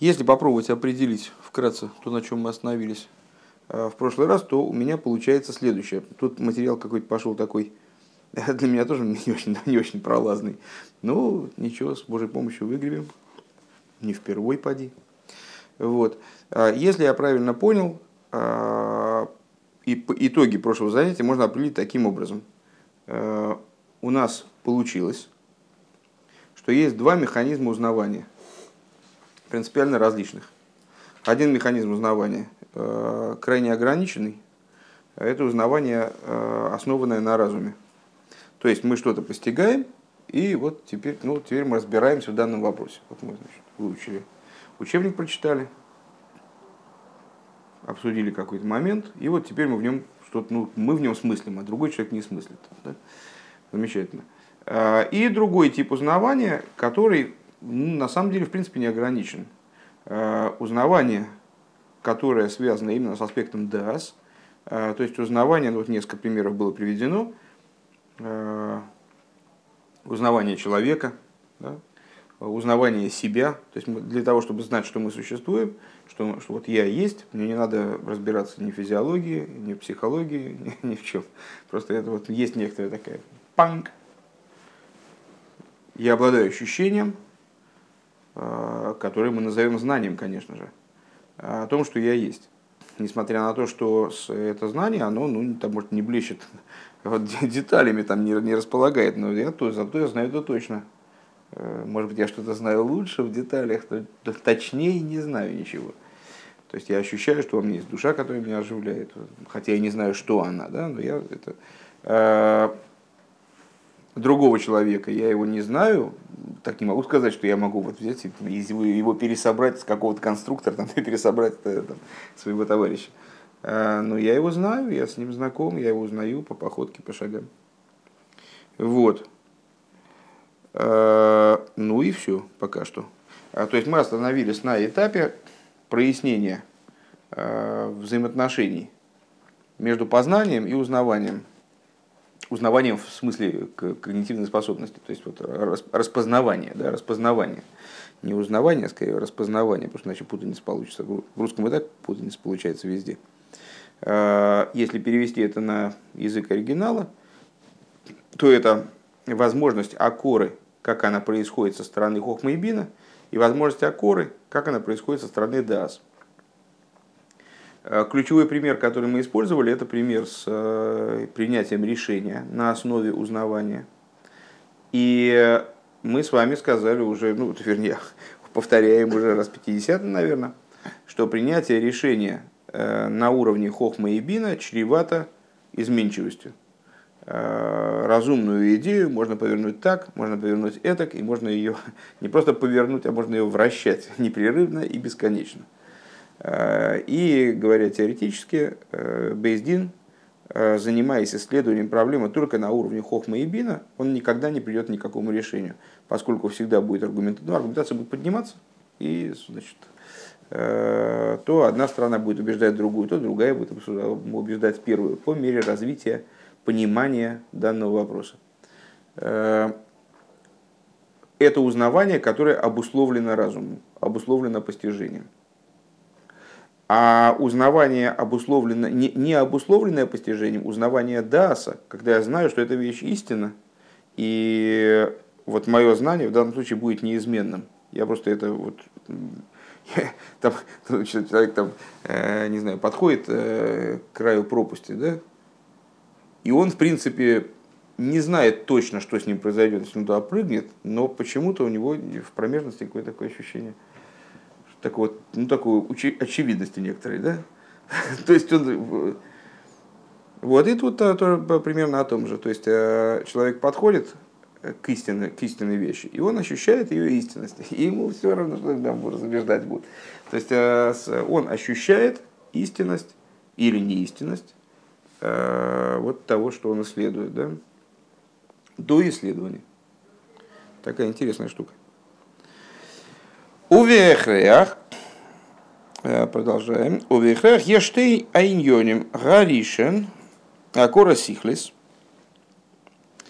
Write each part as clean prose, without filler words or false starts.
Если попробовать определить вкратце то, на чем мы остановились в прошлый раз, то у меня получается следующее. Тут материал какой-то пошел такой, для меня тоже не очень пролазный. Ну, ничего, с Божьей помощью выгребем. Не впервой поди. Вот. Если я правильно понял, итоги прошлого занятия можно определить таким образом. У нас получилось, что есть два механизма узнавания, принципиально различных. Один механизм узнавания крайне ограниченный, это узнавание, основанное на разуме. То есть мы что-то постигаем, и вот теперь мы разбираемся в данном вопросе. Вот мы, выучили учебник, прочитали, обсудили какой-то момент, и вот теперь мы в нем что-то, мы в нем смыслим, а другой человек не смыслит. Да? Замечательно. И другой тип узнавания, который на самом деле в принципе не ограничен. Узнавание, которое связано именно с аспектом даас, то есть узнавание, вот несколько примеров было приведено, узнавание человека, да, узнавание себя, то есть для того, чтобы знать, что мы существуем, что вот я есть, мне не надо разбираться ни в физиологии, ни в психологии, ни в чем. Просто это вот есть некоторая такая панк. Я обладаю ощущением, которое мы назовем знанием, конечно же, о том, что я есть. Несмотря на то, что это знание, оно там, может, не блещет вот, деталями, там, не располагает, но зато я знаю это точно. Может быть, я что-то знаю лучше в деталях, точнее не знаю ничего. То есть я ощущаю, что во мне есть душа, которая меня оживляет, хотя я не знаю, что она, да, но я это... Другого человека, я его не знаю, так не могу сказать, что я могу вот взять и его пересобрать с какого-то конструктора, там, и пересобрать своего товарища. Но я его знаю, я с ним знаком, я его узнаю по походке, по шагам. Вот. Ну и все пока что. То есть мы остановились на этапе прояснения взаимоотношений между познанием и узнаванием. Узнаванием в смысле когнитивной способности, то есть вот распознавание, да, распознавание. Не узнавание, а скорее распознавание, потому что иначе путаница получится. В русском и так путаница получается везде. Если перевести это на язык оригинала, то это возможность акоры, как она происходит со стороны хохма и бина, и возможность акоры, как она происходит со стороны даас. Ключевой пример, который мы использовали, это пример с принятием решения на основе узнавания. И мы с вами сказали уже, вернее, повторяем уже раз 50, наверное, что принятие решения на уровне хохма и бина чревато изменчивостью. Разумную идею можно повернуть так, можно повернуть этак, и можно ее не просто повернуть, а можно ее вращать непрерывно и бесконечно. И, говоря теоретически, Бейздин, занимаясь исследованием проблемы только на уровне хохма и бина, он никогда не придет к никакому решению, поскольку всегда будет аргументация будет подниматься, и, значит, то одна сторона будет убеждать другую, то другая будет убеждать первую по мере развития понимания данного вопроса. Это узнавание, которое обусловлено разумом, обусловлено постижением. А узнавание обусловлено, не обусловленное постижением, узнавание дааса, когда я знаю, что эта вещь истина, и вот мое знание в данном случае будет неизменным. Я просто это вот... Там, человек там, не знаю, подходит к краю пропасти, да, и он, в принципе, не знает точно, что с ним произойдет, если он туда прыгнет, но почему-то у него в промежности какое-то такое ощущение, такой очевидности некоторой, да? То есть он... Вот, и тут тоже примерно о том же. То есть человек подходит к истинной вещи, и он ощущает ее истинность. И ему все равно, что там разубеждать будет. То есть он ощущает истинность или неистинность вот того, что он исследует, да? До исследования. Такая интересная штука. Увехреях, продолжаем. Увехреях ештей айньоним гаришен акора сихлис.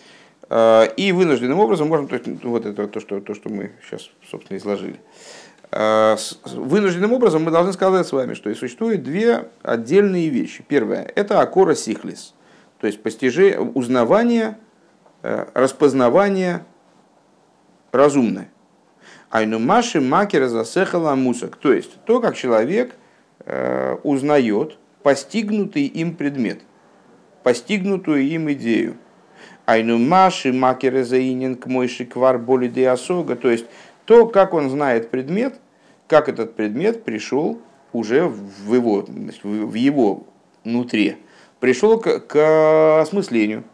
И вынужденным образом можем, то есть, вот это то, что мы сейчас, собственно, изложили. Вынужденным образом мы должны сказать с вами, что существует две отдельные вещи. Первое – это акора сихлис, то есть узнавание, распознавание разумное. Айнумаши макера засехала мусак, то есть то, как человек узнает постигнутый им предмет, постигнутую им идею. Айнумаши макера заинен к мойши квар боли диасога, то есть то, как он знает предмет, как этот предмет пришел уже в его нутре, пришел к осмыслению.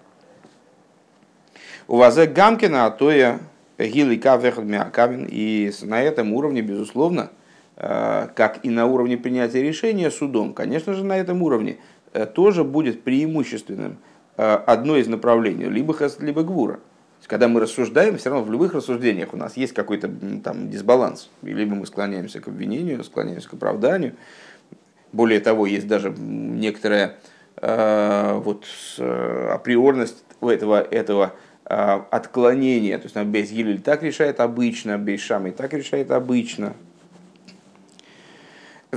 У вас гамкина, а то я гилы кавен, и на этом уровне, безусловно, как и на уровне принятия решения судом, конечно же, на этом уровне тоже будет преимущественным одно из направлений, либо хесед, либо гвура. Когда мы рассуждаем, все равно в любых рассуждениях у нас есть какой-то там дисбаланс. Либо мы склоняемся к обвинению, склоняемся к оправданию. Более того, есть даже некоторая априорность этого отклонения. То есть Бейс Гилель так решает обычно, Бейс Шамай так решает обычно. И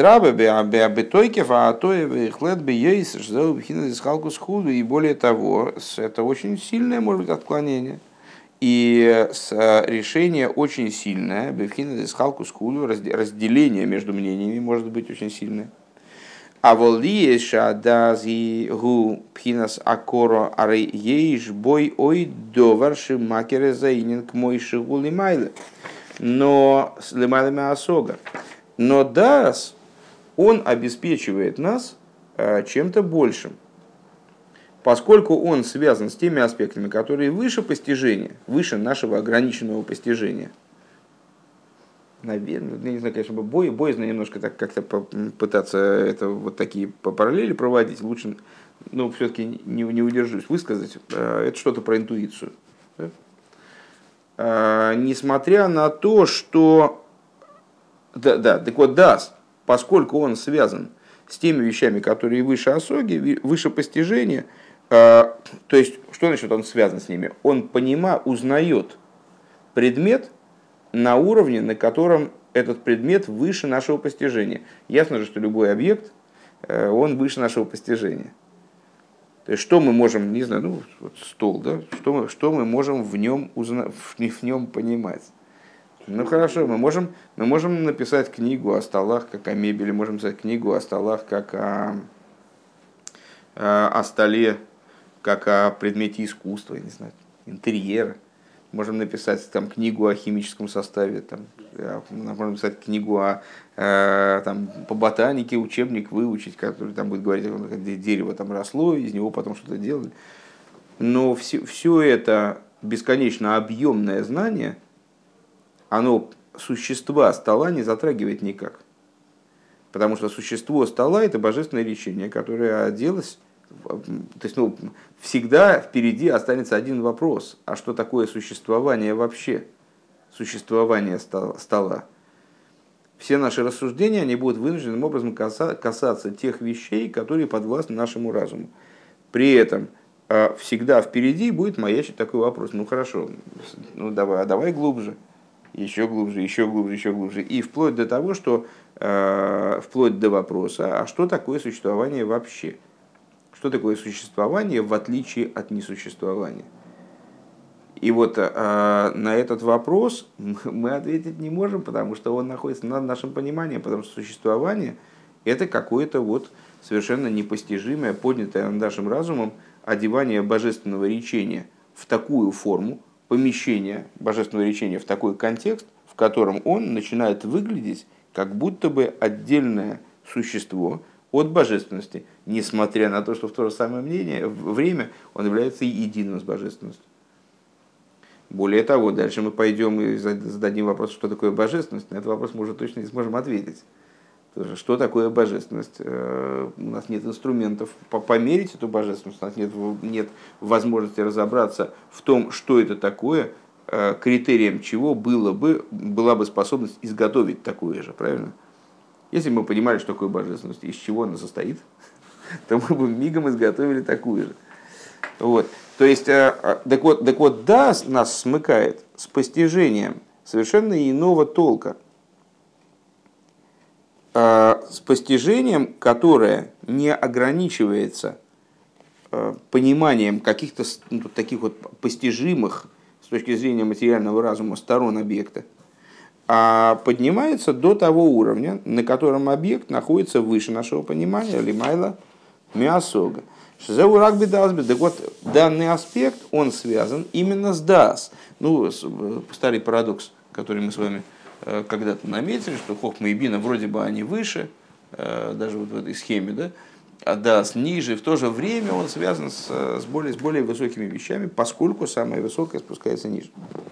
более того, это очень сильное, может быть, отклонение. И решение очень сильное, разделение между мнениями может быть очень сильное. А волиеша дази гу пхинас акоро аре ейш бой ой доварши макере заинен к мойши гулимайле. Но с лимайлами осога. Но дас, он обеспечивает нас чем-то большим, поскольку он связан с теми аспектами, которые выше постижения, выше нашего ограниченного постижения. Наверное, я не знаю, конечно, боязно немножко так как-то пытаться это, вот такие параллели проводить. Лучше, но все-таки не удержусь высказать. Это что-то про интуицию. Да? Несмотря на то, что... Да, так вот, дас, поскольку он связан с теми вещами, которые выше осоги, выше постижения, то есть, что значит он связан с ними? Он узнает предмет на уровне, на котором этот предмет выше нашего постижения. Ясно же, что любой объект, он выше нашего постижения. То есть, что мы можем, не знаю, вот стол, да? Что мы можем в нем понимать? Ну хорошо, мы можем написать книгу о столах, как о мебели, можем написать книгу о столах, как о столе, как о предмете искусства, не знаю, интерьера. Можем написать там книгу о химическом составе, можем написать книгу по ботанике, учебник выучить, который там будет говорить, где дерево там росло, из него потом что-то делали. Но все это бесконечно объемное знание, оно существа стола не затрагивает никак. Потому что существо стола – это божественное речение, которое оделось. То есть, всегда впереди останется один вопрос. А что такое существование вообще? Существование стола. Все наши рассуждения, они будут вынужденным образом касаться тех вещей, которые подвластны нашему разуму. При этом всегда впереди будет маячить такой вопрос. Ну хорошо, давай глубже. Еще глубже, еще глубже, еще глубже. И вплоть до того, что вплоть до вопроса, а что такое существование вообще? Что такое существование в отличие от несуществования? И вот на этот вопрос мы ответить не можем, потому что он находится над нашим пониманием, потому что существование – это какое-то совершенно непостижимое, поднятое над нашим разумом одевание божественного речения в такую форму, помещение божественного речения в такой контекст, в котором он начинает выглядеть как будто бы отдельное существо от божественности, несмотря на то, что в то же самое время он является единым с божественностью. Более того, дальше мы пойдем и зададим вопрос, что такое божественность. На этот вопрос мы уже точно не сможем ответить. Что такое божественность? У нас нет инструментов померить эту божественность, у нас нет возможности разобраться в том, что это такое, критерием чего была бы способность изготовить такое же, правильно? Если бы мы понимали, что такое божественность, из чего она состоит, то мы бы мигом изготовили такую же. Вот. То есть, так вот, да, нас смыкает с постижением совершенно иного толка. с постижением, которое не ограничивается пониманием каких-то таких вот постижимых с точки зрения материального разума сторон объекта, а поднимается до того уровня, на котором объект находится выше нашего понимания, лимайла миасога. Шизеурак бедасби. Так вот, данный аспект, он связан именно с даас. Ну, старый парадокс, который мы с вами когда-то наметили, что хохма и бина вроде бы они выше, даже вот в этой схеме, да, а даас ниже. В то же время он связан с более высокими вещами, поскольку самое высокое спускается ниже.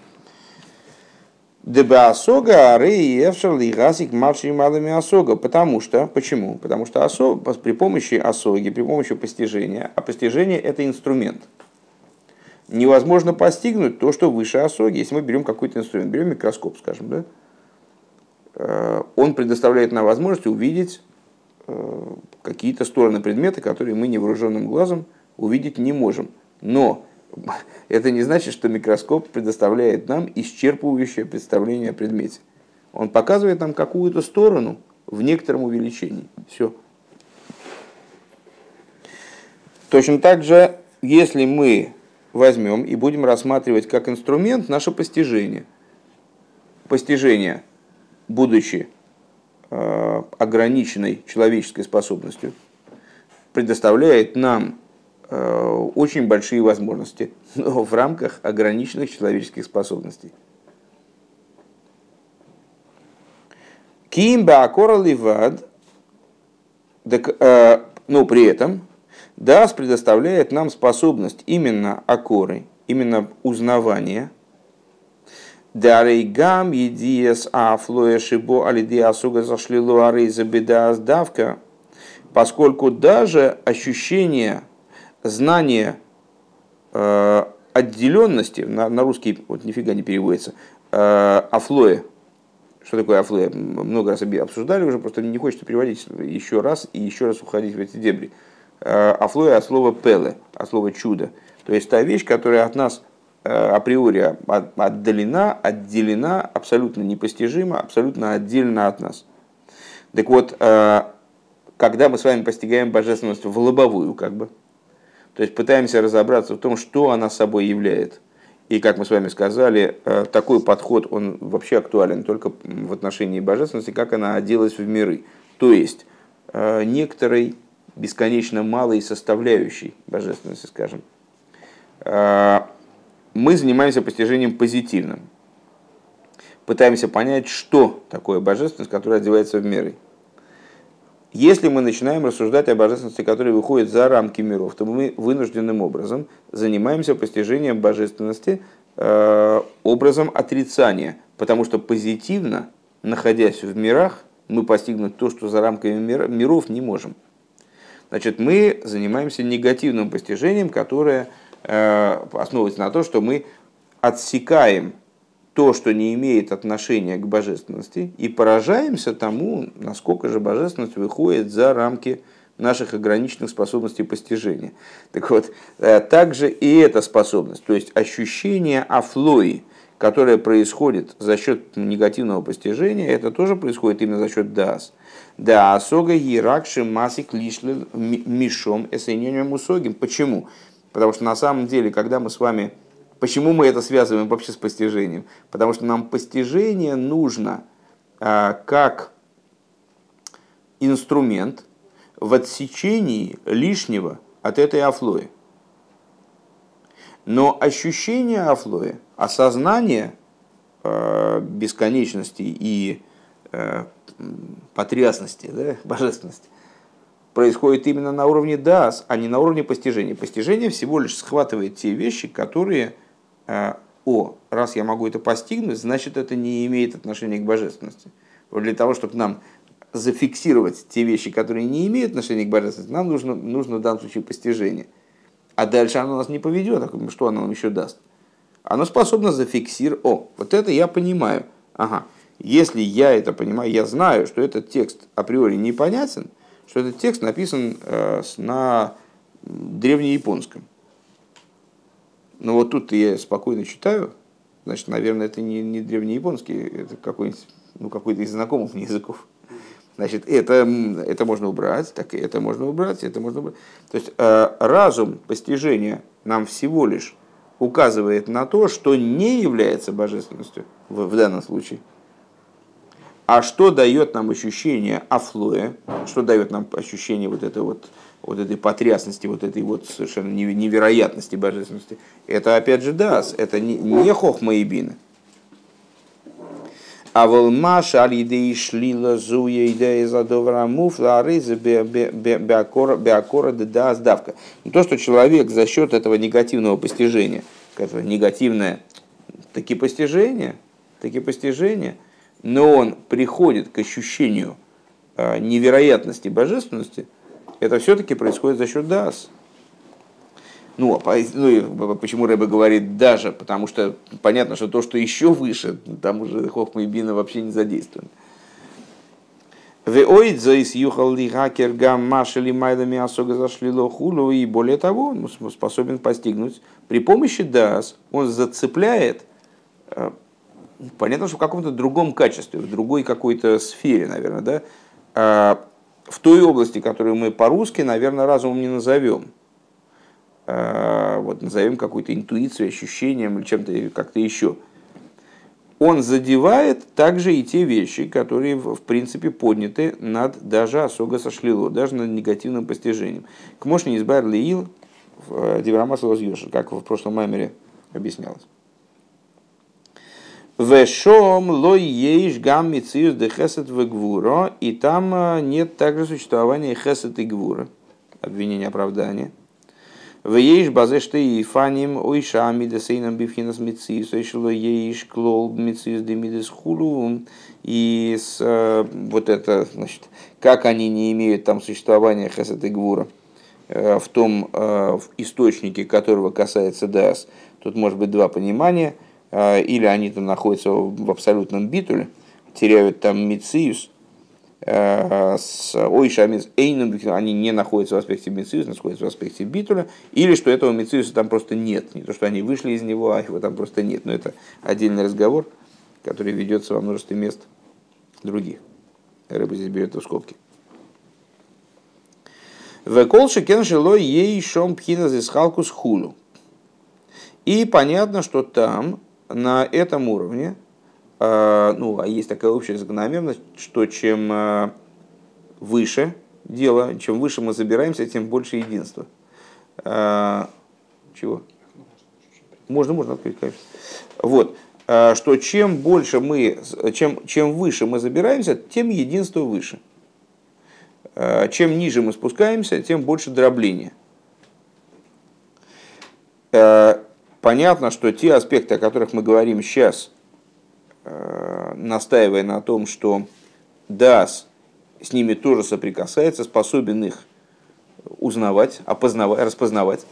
Дебасога, арей, эфшер, лигасик, марши, малыми осога. Потому что, почему? Потому что при помощи осоги, при помощи постижения, а постижение это инструмент. Невозможно постигнуть то, что выше осоги, если мы берем какой-то инструмент, берем микроскоп, скажем, да? Он предоставляет нам возможность увидеть какие-то стороны предмета, которые мы невооруженным глазом увидеть не можем. Но это не значит, что микроскоп предоставляет нам исчерпывающее представление о предмете. Он показывает нам какую-то сторону в некотором увеличении. Все. Точно так же, если мы возьмем и будем рассматривать как инструмент наше постижение. Постижение, будучи ограниченной человеческой способностью, предоставляет нам очень большие возможности, но в рамках ограниченных человеческих способностей. Кимба акора ливад, но при этом даас предоставляет нам способность именно акоры, именно узнавания. Дарейгам едиес афлоя шибо алидиасуга зашлило арейза бедаас давка, поскольку даже ощущение знание отделенности, на русский вот нифига не переводится, афлоя. Что такое афлоя? Много раз обсуждали уже, просто не хочется переводить еще раз и еще раз уходить в эти дебри. Афлоя от слова пеле, от слова чудо. То есть та вещь, которая от нас априори отделена, абсолютно непостижима, абсолютно отдельна от нас. Так вот, когда мы с вами постигаем божественность в лобовую, как бы, то есть пытаемся разобраться в том, что она собой является. И, как мы с вами сказали, такой подход, он вообще актуален только в отношении божественности, как она оделась в миры. То есть, некоторой бесконечно малой составляющей божественности, скажем. Мы занимаемся постижением позитивным. Пытаемся понять, что такое божественность, которая одевается в миры. Если мы начинаем рассуждать о божественности, которая выходит за рамки миров, то мы вынужденным образом занимаемся постижением божественности образом отрицания, потому что позитивно, находясь в мирах, мы постигнуть то, что за рамками миров не можем. Значит, мы занимаемся негативным постижением, которое основывается на том, что мы отсекаем то, что не имеет отношения к божественности, и поражаемся тому, насколько же божественность выходит за рамки наших ограниченных способностей постижения. Так вот, также и эта способность, то есть ощущение афлои, которое происходит за счет негативного постижения, это тоже происходит именно за счет даас. Да, асога еракши масик лишле мишом эсенением усогим. Почему? Потому что на самом деле, когда мы с вами... Почему мы это связываем вообще с постижением? Потому что нам постижение нужно как инструмент в отсечении лишнего от этой афлои. Но ощущение афлои, осознание бесконечности и потрясности, да, божественности, происходит именно на уровне даас, а не на уровне постижения. Постижение всего лишь схватывает те вещи, которые... раз я могу это постигнуть, значит, это не имеет отношения к божественности. Вот для того, чтобы нам зафиксировать те вещи, которые не имеют отношения к божественности, нам нужно в данном случае постижение. А дальше оно нас не поведет, что оно нам еще даст? Оно способно зафиксировать. Вот это я понимаю. Ага. Если я это понимаю, я знаю, что этот текст априори непонятен, что этот текст написан на древнеяпонском. Но вот тут я спокойно читаю, значит, наверное, это не древнеяпонский, это какой-то из знакомых мне языков. Значит, это можно убрать, так и это можно убрать, это можно убрать. То есть разум постижения нам всего лишь указывает на то, что не является божественностью в данном случае. А что дает нам ощущение афлоя, что дает нам ощущение вот этой потрясности, вот этой вот совершенно невероятности божественности, это опять же дас, это не хохма и бина. А волмаш алидей шлила зуя идея задовра муфла ариза беакора дас давка. То, что человек за счет этого негативного постижения, которое негативное таки постижение, но он приходит к ощущению невероятности божественности, это все-таки происходит за счет даас. Почему Рэбе говорит даже? Потому что понятно, что то, что еще выше, там уже хохма и бина вообще не задействованы. И более того, он способен постигнуть при помощи даас, он зацепляет, понятно, что в каком-то другом качестве, в другой какой-то сфере, наверное, да, в той области, которую мы по-русски, наверное, разумом не назовем. Вот назовем какой-то интуицией, ощущением или чем-то как-то еще. Он задевает также и те вещи, которые в принципе подняты над даже осога сошлило, даже над негативным постижением. К мошни избар лиил в Диврамасу Лозьёши, как в прошлом маймере объяснялось. Вешом лой ейш гам мициус де хесед в гвуро, и там нет также существования хесед и гвура, обвинения, оправдания. Вееш базешты и фаним ойша мидесейном бифхинас мициус, ойшло ейш клол мициус де мидес хулум, и вот это, значит, как они не имеют там существования хесед и гвура в том источнике, которого касается даас. Тут может быть два понимания. Или они там находятся в абсолютном битуле, теряют там мициус, с ойшамис эйном, они не находятся в аспекте мициуса, находятся в аспекте битуля, или что этого мициуса там просто нет, не то, что они вышли из него, а его там просто нет. Но это отдельный разговор, который ведется во множестве мест других. Рыба здесь берет в скобки. Веколши кеншило ей шом пхина зисхалкус хулу. И понятно, что там на этом уровне, есть такая общая закономерность, что чем выше дело, чем выше мы забираемся, тем больше единства. Чего? Можно открыть, конечно. Вот. Что чем выше мы забираемся, тем единство выше. Чем ниже мы спускаемся, тем больше дробления. Понятно, что те аспекты, о которых мы говорим сейчас, настаивая на том, что даас с ними тоже соприкасается, способен их узнавать, распознавать.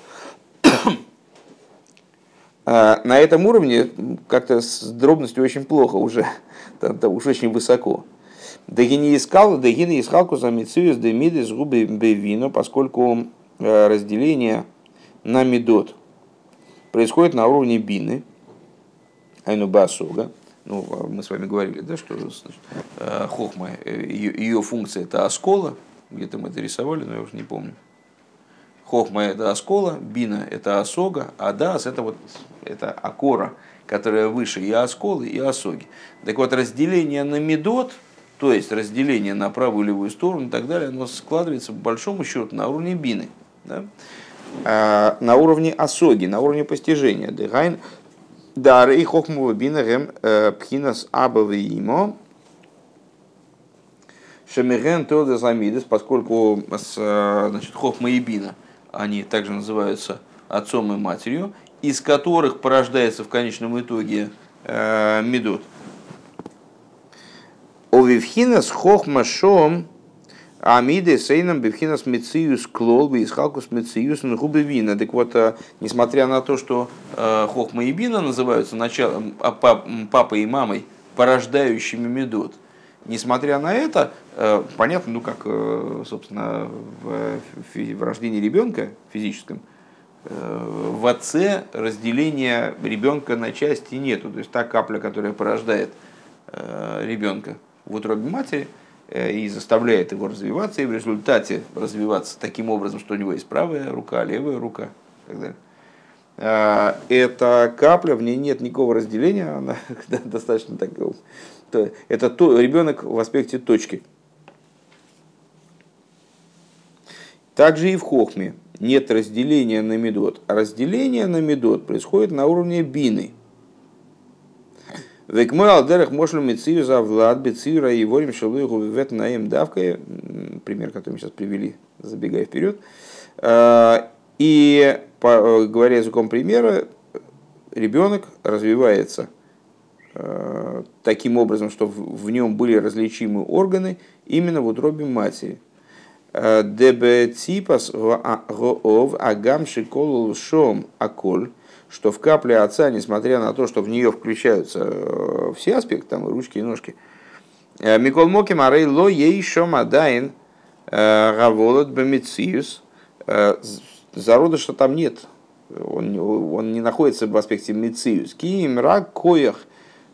На этом уровне как-то с дробностью очень плохо уже, уж очень высоко. Дагини искалку за мициус де мидес губы бевино, поскольку разделение на мидот происходит на уровне бины, айну басуга. Мы с вами говорили, да, что хохма, ее функция это оскола, где-то мы это рисовали, но я уже не помню. Хохма это оскола, бина это осога, а даас это акора, которая выше и осколы, и осоги. Так вот, разделение на медот, то есть разделение на правую и левую сторону и так далее, оно складывается по большому счету на уровне бины. Да? На уровне осоги, на уровне постижения. Дары и хохмова бина гем пхинас абавиимо шемиген тодезамидес, поскольку хохма и бина, они также называются отцом и матерью, из которых порождается в конечном итоге медот. Овивхинас хохма шом амиды сейном бивхинас мециус клол бисхалкус мециус нхубевина. Так вот, несмотря на то, что хохма и бина называются началом, папой и мамой, порождающими медот, несмотря на это, понятно, как, собственно, в рождении ребенка физическом, в отце разделения ребенка на части нету. То есть та капля, которая порождает ребенка в утробе матери, и заставляет его развиваться, и в результате развиваться таким образом, что у него есть правая рука, левая рука и так далее. Эта капля, в ней нет никакого разделения, она достаточно такого. Это ребенок в аспекте точки. Также и в хохме нет разделения на медот, а разделение на медот происходит на уровне бины. Векмой алдерах мошлю мецию за влад бецира и ворим шалуиху вет наем давкой, пример, который мы сейчас привели, забегая вперед. И, говоря языком примера, ребенок развивается таким образом, что в нем были различимы органы именно в утробе матери. Дебеципас гоов агам шикол шом аколь, что в капле отца, несмотря на то, что в нее включаются все аспекты, там и ручки, и ножки, Микол Моки Марей Ло Ей Шомадайн Гаволот Бемициус, зародыша там нет, он не находится в аспекте Мициус. Киим Рак Коях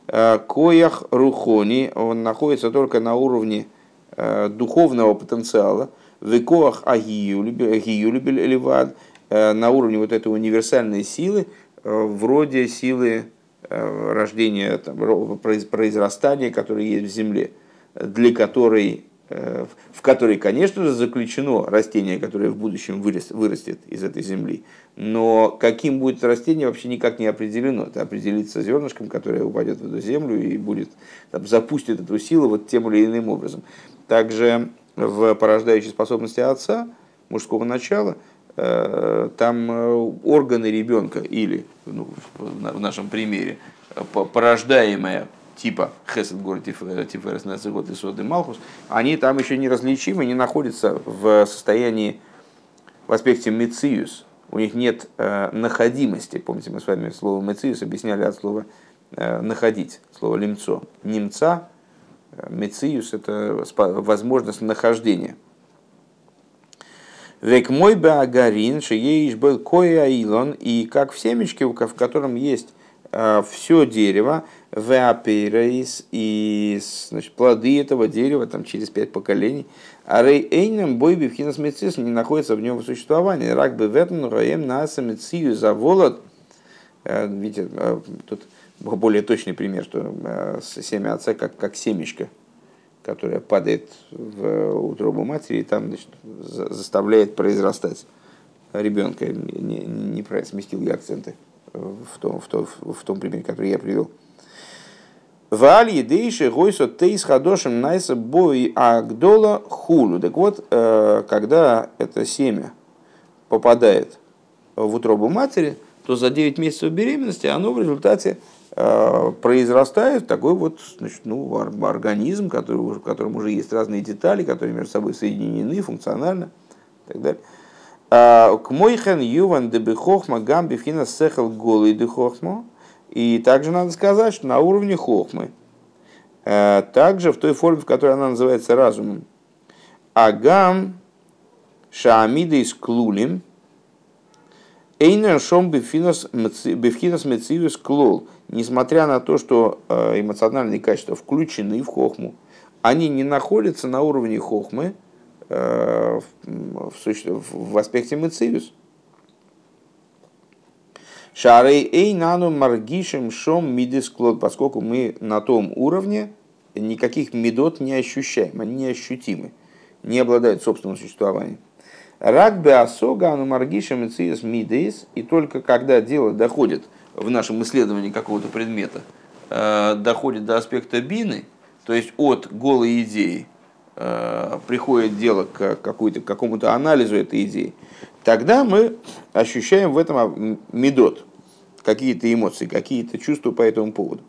Рухони, он находится только на уровне духовного потенциала. Векоах Агию Ливад, на уровне вот этой универсальной силы, вроде силы рождения, произрастания, которая есть в земле, для которой, в которой, конечно же, заключено растение, которое в будущем вырастет из этой земли. Но каким будет растение, вообще никак не определено. Это определится зернышком, которое упадет в эту землю и будет, запустит эту силу вот тем или иным образом. Также в порождающей способности отца, мужского начала, там органы ребенка или, в нашем примере, порождаемая типа Хесед Гор Тиферес Нацигот и Соды Малхус, они там еще не различимы, не находятся в состоянии, в аспекте мециус. У них нет находимости. Помните, мы с вами слово мециус объясняли от слова находить, слово лимцо. Немца, мециус — это возможность нахождения. Век мой баагарин, шееиш был кое аилон, и как в семечке, в котором есть все дерево, веаперейс, и значит, плоды этого дерева там, через 5 поколений, а рей эйнем бой бифхинас мецис не находится в нем существования. Рак бы ветн роем наса мецию заволот. Видите, тут более точный пример, что семя отца как семечко, которая падает в утробу матери и там, значит, заставляет произрастать ребенка. Неправильно сместил я акценты в том примере, который я привел. Валь едейши гойсо тейс хадошим найса бой агдола хулу. Так вот, когда это семя попадает в утробу матери, то за 9 месяцев беременности оно в результате произрастает такой вот, значит, организм, в котором уже есть разные детали, которые между собой соединены функционально и так далее. К мойхен юван дебехохма гамби фина сехал голый дехохма. И также надо сказать, что на уровне хохмы, также в той форме, в которой она называется разумом, агам шаамида из клулим, эйнер шом бифхинас мециус клол. Несмотря на то, что эмоциональные качества включены в хохму, они не находятся на уровне хохмы в аспекте мециус. Шарей эй нану маргишем шом мидис клод, поскольку мы на том уровне никаких медот не ощущаем, они неощутимы, не обладают собственным существованием. Рак беасога ану маргишем мециус мидис, и только когда дело доходит в нашем исследовании какого-то предмета, доходит до аспекта бины, то есть от голой идеи приходит дело к какому-то анализу этой идеи, тогда мы ощущаем в этом медот, какие-то эмоции, какие-то чувства по этому поводу.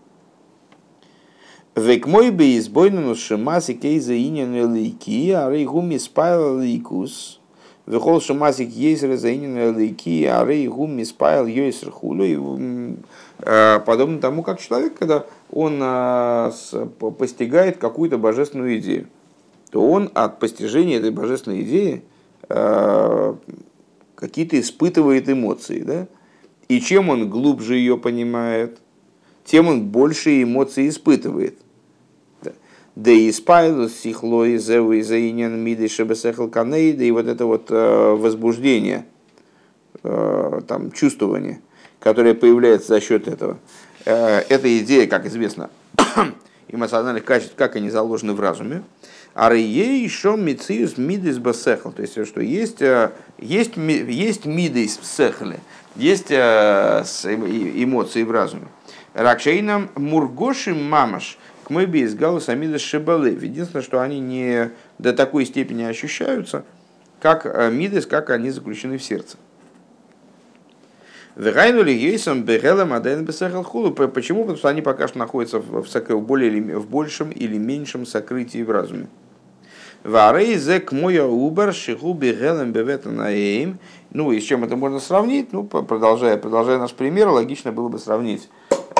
Век мой бы избойнен шимаси кейза инин лейки, а рейгуми спайл лейкус. Вехол шимасик ейзер за инин лейки, а рейгуми спайл йойсер хулу. Подобно тому, как человек, когда он постигает какую-то божественную идею, то он от постижения этой божественной идеи какие-то испытывает эмоции, да? И чем он глубже ее понимает, тем он больше эмоций испытывает. Да и спайлус сихлой зеу заинен миды шебесехл канейда, и вот это вот возбуждение, там, чувствование, которое появляется за счет этого. Эта идея, как известно, эмоциональных качеств, как они заложены в разуме. А рее еще мициус мидис басехл, то есть что есть мидис в сехле, есть эмоции в разуме. Ракшейнам мургошим мамаш к мой бейс галус амидис шибалы. Единственное, что они не до такой степени ощущаются, как мидис, как они заключены в сердце. Почему? Потому что они пока что находятся в большем или меньшем сокрытии в разуме. Ну и с чем это можно сравнить? Ну, продолжая наш пример, логично было бы сравнить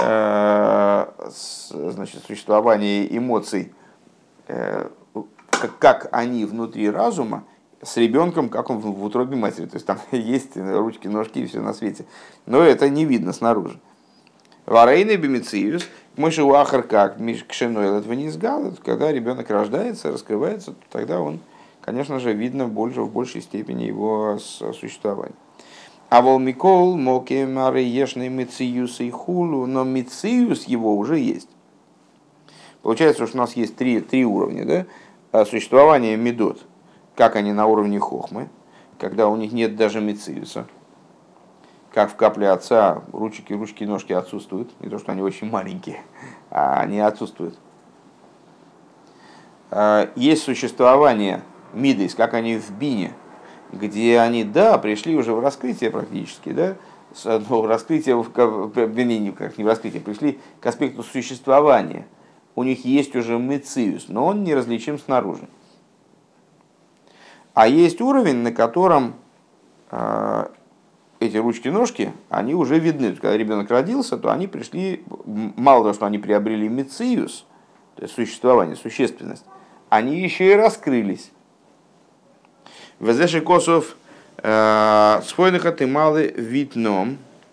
значит, существование эмоций, как они внутри разума, с ребенком, как он в утробе матери. То есть там есть ручки, ножки и все на свете. Но это не видно снаружи. Варейный бимициус, мойши уахар как кшенойл этого не изгал, когда ребенок рождается, раскрывается, тогда он, конечно же, видно в большей степени его существования. А волмикол моке мары ешный мициус и хулу, но мициус его уже есть. Получается, что у нас есть три уровня, да? Существование медот, как они на уровне хохмы, когда у них нет даже мициуса, как в капле отца ручки и ножки отсутствуют, не то что они очень маленькие, а они отсутствуют. Есть существование мидейс, как они в бине, где они, да, пришли уже в раскрытие практически, да, раскрытие, как не в раскрытие, пришли к аспекту существования. У них есть уже мициус, но он неразличим снаружи. А есть уровень, на котором эти ручки-ножки, они уже видны. Когда ребенок родился, то они пришли, мало того, что они приобрели мициус, то есть существование, существенность, они еще и раскрылись. Везеши косов схойных от ималы витном,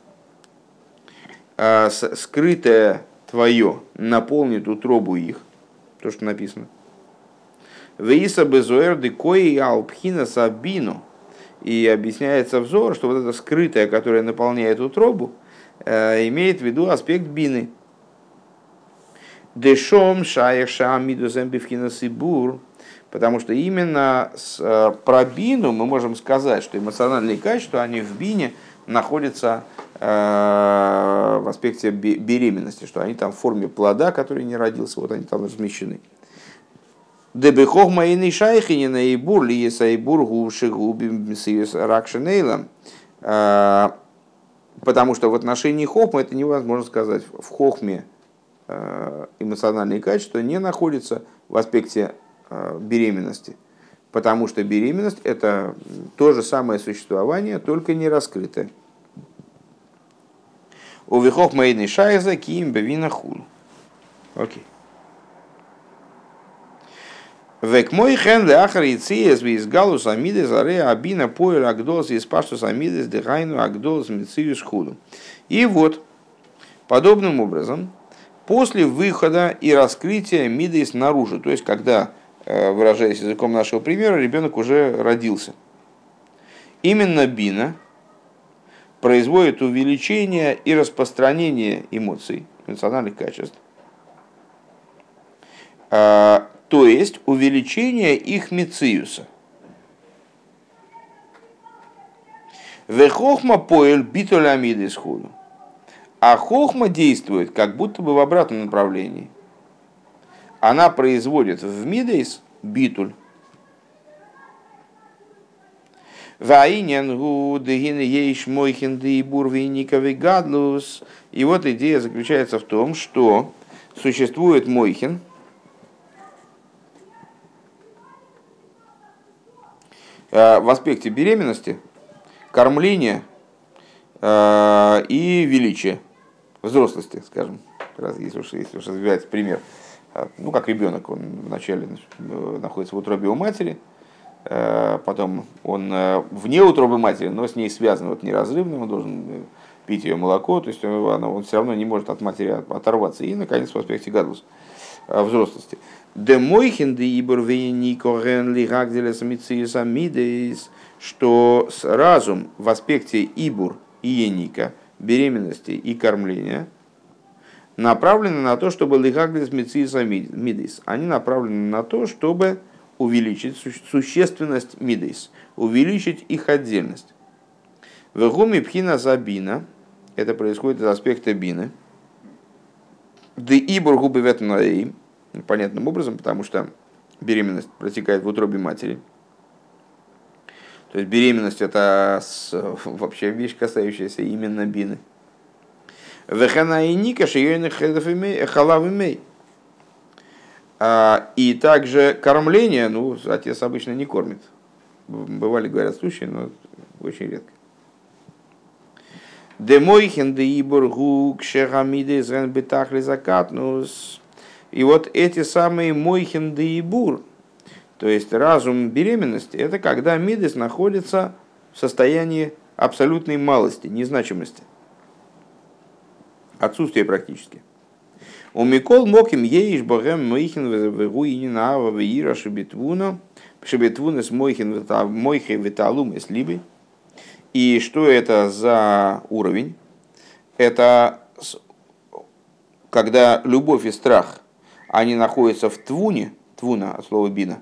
скрытое твое наполнит утробу их, то, что написано. Веиса безуэр декои алпхина сабину. И объясняется взор, что вот это скрытое, которое наполняет утробу, имеет в виду аспект бины. Дешом шаях шам мидузем бифхина сибур. Потому что именно про бину мы можем сказать, что эмоциональные качества, они в бине находятся в аспекте беременности, что они там в форме плода, который не родился, вот они там размещены. Дебехох моей шайхини на ибур ли есайбур гувши губим с ракшенейлом. Потому что в отношении хохмы это невозможно сказать. В хохме эмоциональные качества не находятся в аспекте беременности. Потому что беременность это то же самое существование, только не раскрытое. Увехох моей шайза ким бевина хул. Окей. Век мой хен леахар яциес виз галус амидес аре абина поэль агдолс из паштус амидес дехайну агдолс мициюс худу. И вот, подобным образом, после выхода и раскрытия мидес наружу, то есть когда, выражаясь языком нашего примера, ребенок уже родился, именно бина производит увеличение и распространение эмоций, эмоциональных качеств, то есть увеличение их мициуса. Вехохма поэль битуль амидес худу. А хохма действует как будто бы в обратном направлении. Она производит в мидейс битуль. И вот идея заключается в том, что существует мойхин, в аспекте беременности, кормления и величия, взрослости, скажем, если уж развивается пример. Ну, как ребенок, он вначале находится в утробе у матери, потом он вне утробы матери, но с ней связан вот неразрывно, он должен пить ее молоко, то есть он все равно не может от матери оторваться. И, наконец, в аспекте гадлус. взрослости. Демойхин де ибор вейнико ген лигагделес мициеса мидейс, что разум в аспекте ибур и еника, беременности и кормления, направлены на то, чтобы лигагделес мициеса мидейс. Они направлены на то, чтобы увеличить существенность мидейс, увеличить их отдельность. В гуме пхина забина, это происходит из аспекта бины. Де ибур губы ветнаим, понятным образом, потому что беременность протекает в утробе матери. То есть беременность это вообще вещь, касающаяся именно бины. И также кормление, ну, отец обычно не кормит. Бывали, говорят, случаи, но очень редко. Демойхен де ибургу кшерамиды зрен бетахли закатнус. И вот эти самые мойхен де ибур, то есть разум беременности, это когда мидес находится в состоянии абсолютной малости, незначимости, отсутствия практически. У Микол моким еиш богем мойхен вегуинина ава веира шебетвуна с мойхен виталум и слибы. И что это за уровень? Это когда любовь и страх, они находятся в твуне, твуна от слова бина,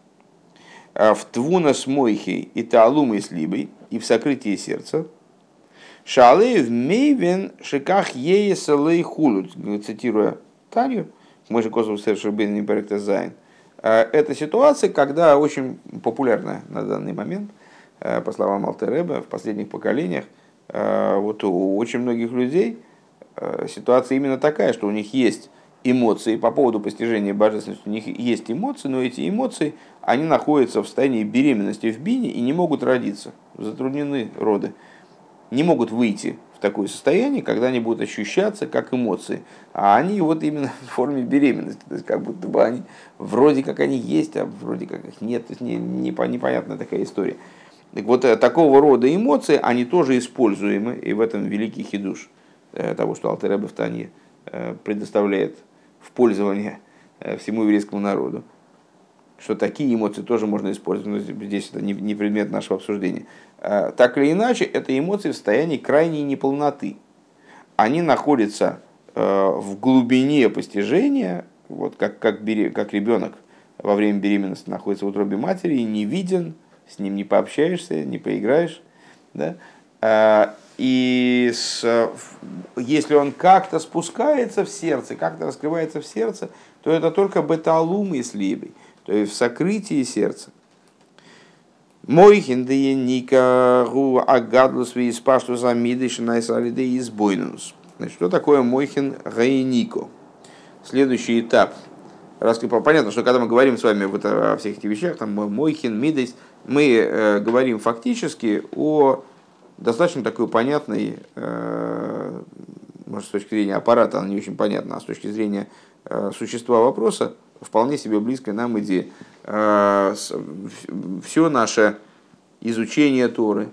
в твуна с мойхей и таалум и слибой, и в сокрытии сердца. Шалеев мейвен шиках ееселей хулют, цитируя Таню, мы же космос совершенно не проекта Зайн. Это ситуация, когда очень популярна на данный момент, по словам Алтер Ребе, в последних поколениях, вот у очень многих людей ситуация именно такая, что у них есть эмоции по поводу постижения божественности, у них есть эмоции, но эти эмоции, они находятся в состоянии беременности в бине и не могут родиться, затруднены роды, не могут выйти в такое состояние, когда они будут ощущаться как эмоции, а они вот именно в форме беременности, то есть как будто бы они вроде как они есть, а вроде как их нет, то есть непонятная такая история. Так вот, такого рода эмоции, они тоже используемы, и в этом великий хидуш того, что Алтер Ребе в Тане предоставляет в пользование всему еврейскому народу, что такие эмоции тоже можно использовать, но здесь это не предмет нашего обсуждения. Так или иначе, это эмоции в состоянии крайней неполноты. Они находятся в глубине постижения, вот как ребенок во время беременности находится в утробе матери и не виден, с ним не пообщаешься, не поиграешь. Да? И если он как-то спускается в сердце, как-то раскрывается в сердце, то это только беталум и слибый, то есть в сокрытии сердца. Мойхин де ника гу агадлус ви спашту замидыш найсалиде избойнус. Значит, что такое мойхин гайнико? Следующий этап. Понятно, что когда мы говорим с вами вот о всех этих вещах, там мойхин, мидейс, мы говорим фактически о достаточно такой понятной, может, с точки зрения аппарата она не очень понятна, а с точки зрения существа вопроса вполне себе близкой нам идея. Все наше изучение Торы,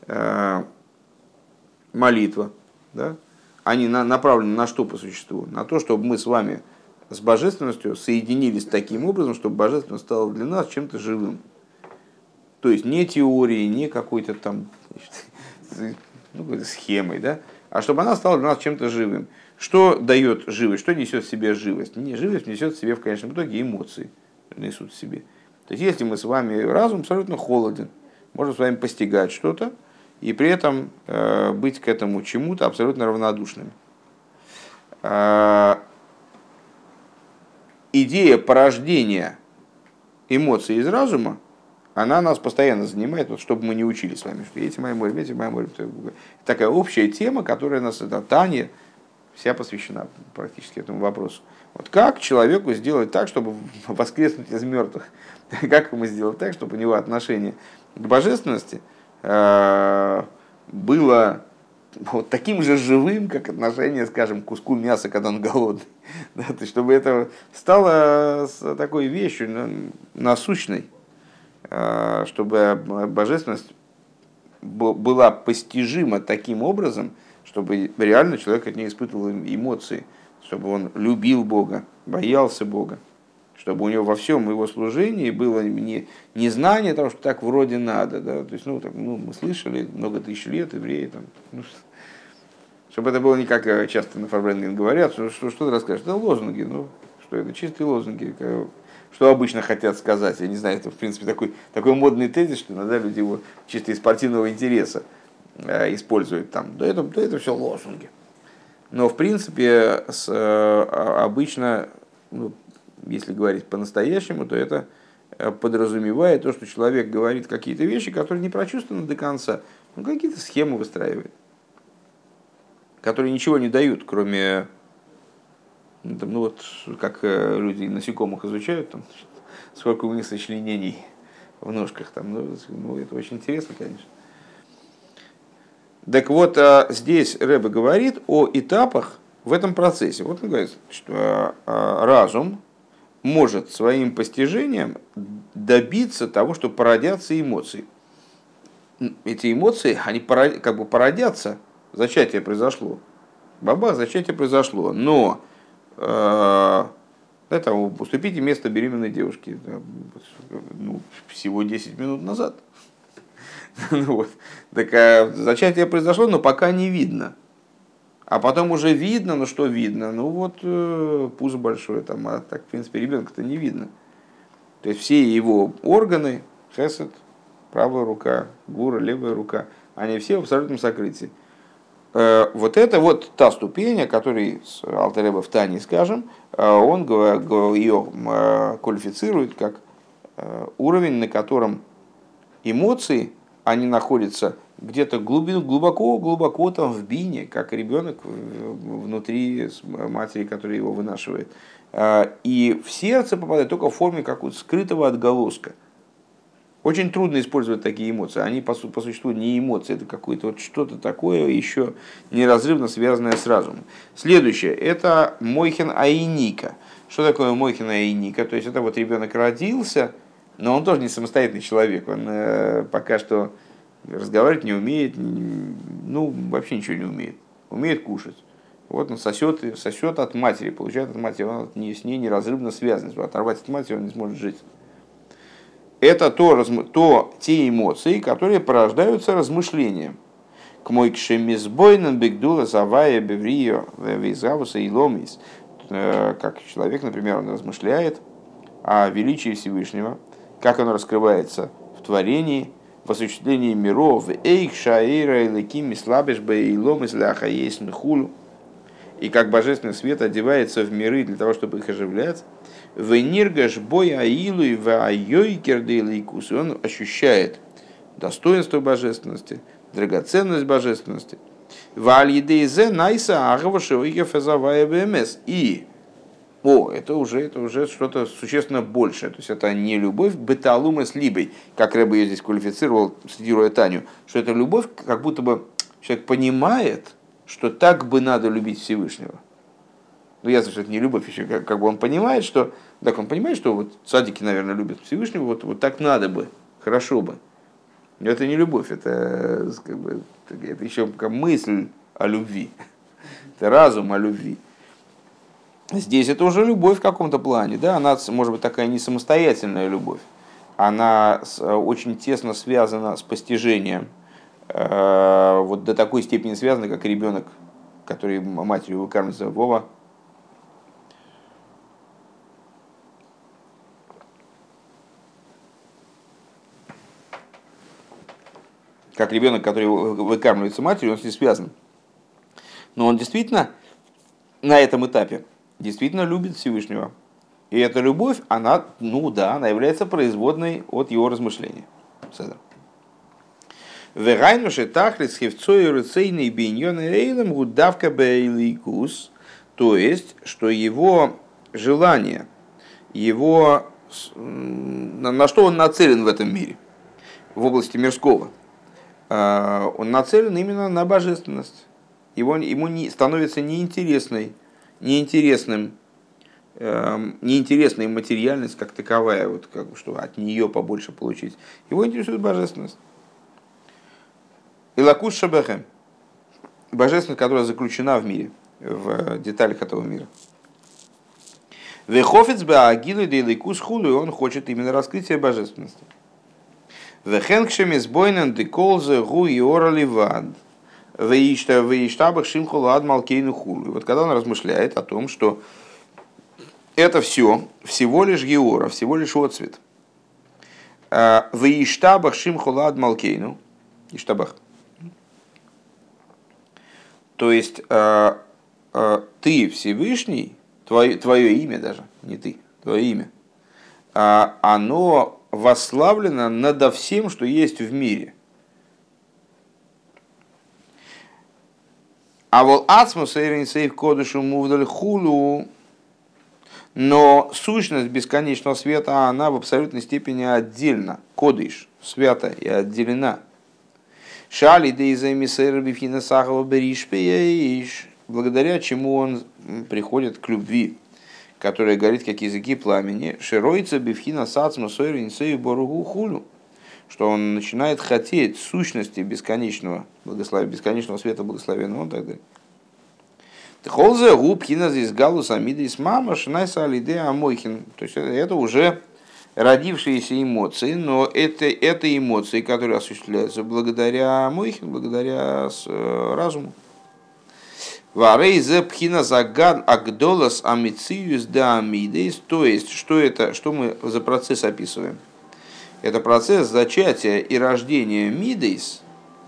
молитва, да, они направлены на что по существу? На то, чтобы мы с вами с божественностью соединились таким образом, чтобы божественность стала для нас чем-то живым. То есть не теорией, не какой-то там схемой, да? А чтобы она стала для нас чем-то живым. Что дает живость, что несет в себе живость? Живость несет в себе в конечном итоге эмоции, несут в себе. То есть если мы с вами, разум абсолютно холоден, можем с вами постигать что-то и при этом быть к этому чему-то абсолютно равнодушными. Идея порождения эмоций из разума, она нас постоянно занимает, вот, чтобы мы не учили с вами, что эти мои морем, эти мои морем. Такая общая тема, которая нас, это Таня, вся посвящена практически этому вопросу. Вот как человеку сделать так, чтобы воскреснуть из мертвых? Как ему сделать так, чтобы у него отношение к божественности было вот таким же живым, как отношение, скажем, к куску мяса, когда он голодный. Да, то есть, чтобы это стало такой вещью насущной, чтобы божественность была постижима таким образом, чтобы реально человек от нее испытывал эмоции, чтобы он любил Бога, боялся Бога, чтобы у него во всем его служении было не знание того, что так вроде надо, да? То есть, мы слышали много тысяч лет, евреи, там, чтобы это было не как часто на Фарбренген говорят, что ты расскажешь, это лозунги, что это чистые лозунги, что обычно хотят сказать. Я не знаю, это в принципе такой модный тезис, что иногда люди его чисто из спортивного интереса используют там. Да это все лозунги. Но в принципе обычно, если говорить по-настоящему, то это подразумевает то, что человек говорит какие-то вещи, которые не прочувствованы до конца, какие-то схемы выстраивает, которые ничего не дают, кроме, как люди насекомых изучают, там, сколько у них сочленений в ножках, там, это очень интересно, конечно. Так вот, здесь Ребе говорит о этапах в этом процессе. Вот он говорит, что разум может своим постижением добиться того, что породятся эмоции. Эти эмоции, они как бы породятся, зачатие произошло. Бабах, зачатие произошло. Но уступите место беременной девушке всего 10 минут назад. Так зачатие произошло, но пока не видно. А потом уже видно, что видно? Пузо большое, а так, в принципе, ребенка-то не видно. То есть все его органы, хесед, правая рука, гура, левая рука, они все в абсолютном сокрытии. Вот это вот та ступень, о которой Алтер Ребе в Тане, скажем, он ее квалифицирует как уровень, на котором эмоции, они находятся где-то глубоко там в бине, как ребенок внутри матери, которая его вынашивает. И в сердце попадает только в форме какого-то скрытого отголоска. Очень трудно использовать такие эмоции. Они по существу не эмоции, это какое-то что-то такое еще неразрывно связанное с разумом. Следующее, это мойхен айника. Что такое мойхен айника? То есть это вот ребенок родился, но он тоже не самостоятельный человек. Он пока что разговаривать не умеет, вообще ничего не умеет. Умеет кушать. Вот он сосет от матери, получает от матери, он с ней неразрывно связан. Оторвать от матери он не сможет жить. Это те эмоции, которые порождаются размышлением. К мой кшемизбойнен бигдула завая беврио визавуса и ломис. Как человек, например, он размышляет о величии Всевышнего, как оно раскрывается в творении, в осуществлении миров, эйх шаэйра и лекими слабеш бэй ломис ляхаейс нхулу, и как божественный свет одевается в миры для того, чтобы их оживлять. Вениргаш бой аилу и ваайойкерды лейкус. Он ощущает достоинство божественности, драгоценность божественности. Вальидейзе найса агвашевикев эзавая бмс. И это уже что-то существенно большее. То есть это не любовь беталума с либой, как Ребе ее здесь квалифицировал, цитируя Таню, что это любовь, как будто бы человек понимает, что так бы надо любить Всевышнего. Ясно, что это не любовь еще, как бы он понимает, что вот цадики, наверное, любят Всевышнего, вот так надо бы, хорошо бы. Но это не любовь, это еще как мысль о любви, это разум о любви. Здесь это уже любовь в каком-то плане, да, она может быть такая не самостоятельная любовь, она очень тесно связана с постижением, вот до такой степени связана, как ребенок, который матерью выкармливается. Вова. Как ребенок, который выкармливается матерью, он с ней связан. Но он действительно на этом этапе действительно любит Всевышнего. И эта любовь, она является производной от его размышления. Вегайнуши тахлис хевцой рыцейный биньон эйлем гудавка бейликус. То есть, что его желание, на что он нацелен в этом мире, в области мирского, он нацелен именно на божественность. Ему становится неинтересной материальность как таковая, что от нее побольше получить. Его интересует божественность. Илакус шабэхэм, божественность, которая заключена в мире. в деталях этого мира. Вехофец баагилу дейликус хулу, он хочет именно раскрытия божественности. Вехенкшем избойнен деколзе гу и ораливад. Веиштабах шимху лад малкейну хулу. Вот когда он размышляет о том, что это все всего лишь геора, всего лишь отцвет. Веиштабах шимху лад малкейну. Иштабах. То есть ты Всевышний, твое имя даже, не ты, твое имя, оно восславлено надо всем, что есть в мире. А вот ацмус эйринсейв кодышу мувдаль хулу, но сущность бесконечного света, она в абсолютной степени отдельна. Кодыш, свята и отделена. Шали дейза мисэр бифхина сахава беришпеяиш, благодаря чему он приходит к любви, которая горит как языки пламени. Широйца бифхина сацма сойринсейв боругу хулу, что он начинает хотеть сущности бесконечного благословения, бесконечного света благословенного и так далее. Тхолзе губхина здесь галус амидис мама шинайса алиде амойхин. То есть это уже родившиеся эмоции, но это эмоции, которые осуществляются благодаря мойхин, благодаря разуму. Варей зе пхина загад агдолас амициюс да амидис. То есть что мы за процесс описываем? Это процесс зачатия и рождения мидейс,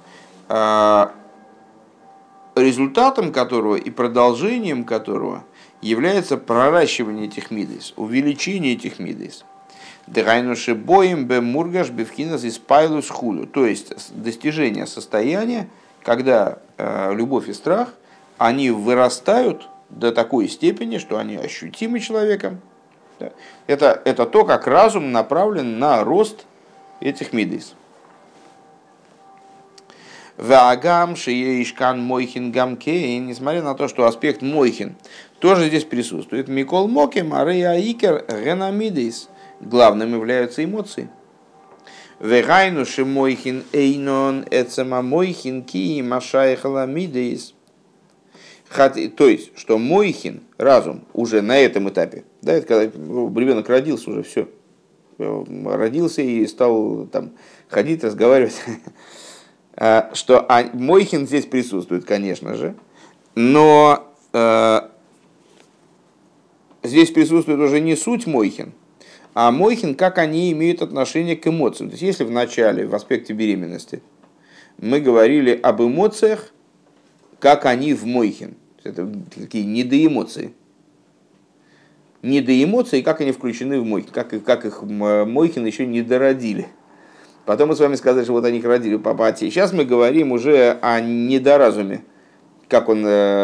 результатом которого и продолжением которого является проращивание этих мидейс, увеличение этих мидейс. Дегайнуши боем бе мургаш бевхинас испайлус худу. То есть достижение состояния, когда любовь и страх, они вырастают до такой степени, что они ощутимы человеком. Это то, как разум направлен на рост этих мидейс. Ваагам шиеишкан мойхин гамкейн, несмотря на то, что аспект мойхин тоже здесь присутствует. Микол моки мария икер генамидейс. Главным являются эмоции. Вегайну шимойхин эйнон эцема мойхин ки машаехаламидейс. То есть, что мойхин, разум, уже на этом этапе, да, это когда ребенок родился уже, все, родился и стал там ходить, разговаривать, что мойхин здесь присутствует, конечно же, но здесь присутствует уже не суть мойхин, а мойхин, как они имеют отношение к эмоциям. То есть, если в начале, в аспекте беременности, мы говорили об эмоциях, как они в мойхин. Это такие недоэмоции. Недоэмоции, как они включены в мойхин, как их мойхин еще не дородили. Потом мы с вами сказали, что вот они их родили по пати. Сейчас мы говорим уже о недоразуме, как он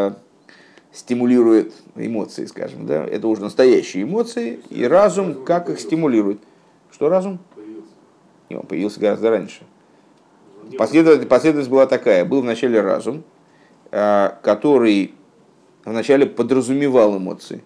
стимулирует эмоции, скажем. Да? Это уже настоящие эмоции, и разум, как их стимулирует. Что разум? Не, он появился гораздо раньше. Последовательность была такая. Был вначале разум, который вначале подразумевал эмоции.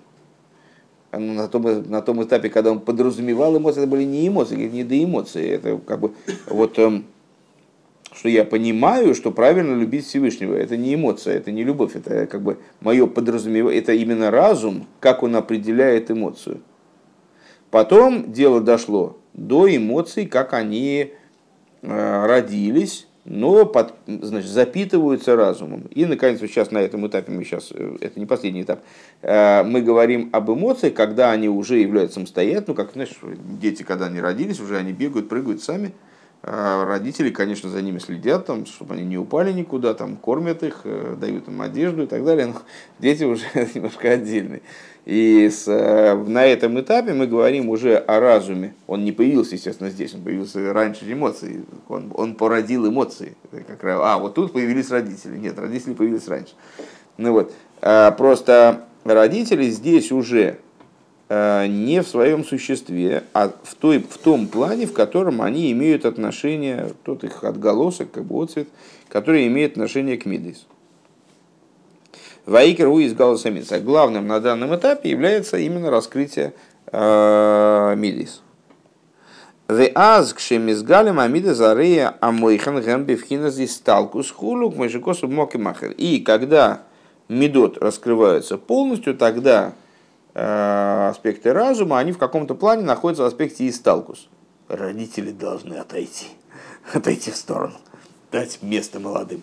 На том этапе, когда он подразумевал эмоции, это были не эмоции, не до эмоций. Это как бы вот, что я понимаю, что правильно любить Всевышнего. Это не эмоция, это не любовь, это как бы мое подразумевание, это именно разум, как он определяет эмоцию. Потом дело дошло до эмоций, как они родились, но запитываются разумом. И, наконец, сейчас на этом этапе, это не последний этап, мы говорим об эмоциях, когда они уже являются самостоятельными, как, знаешь, дети, когда они родились, уже они бегают, прыгают сами. Родители, конечно, за ними следят, там, чтобы они не упали никуда, там, кормят их, дают им одежду и так далее. Но дети уже немножко отдельные. И на этом этапе мы говорим уже о разуме. Он не появился, естественно, здесь, он появился раньше эмоций. Он породил эмоции. Вот тут появились родители. Нет, родители появились раньше. Ну вот, просто родители здесь уже не в своем существе, а в том плане, в котором они имеют отношение, тот их отголосок, как бы отцвет, который имеет отношение к мидейс. Ваикер уиз галасаминс. А главным на данном этапе является именно раскрытие мидейс. The azkшем изгалим амида зарея амойхан гэмбевхина здесь сталкус хулук мажикосу мокимахер. И когда медот раскрываются полностью, тогда аспекты разума, они в каком-то плане находятся в аспекте исталкус. Родители должны отойти в сторону, дать место молодым.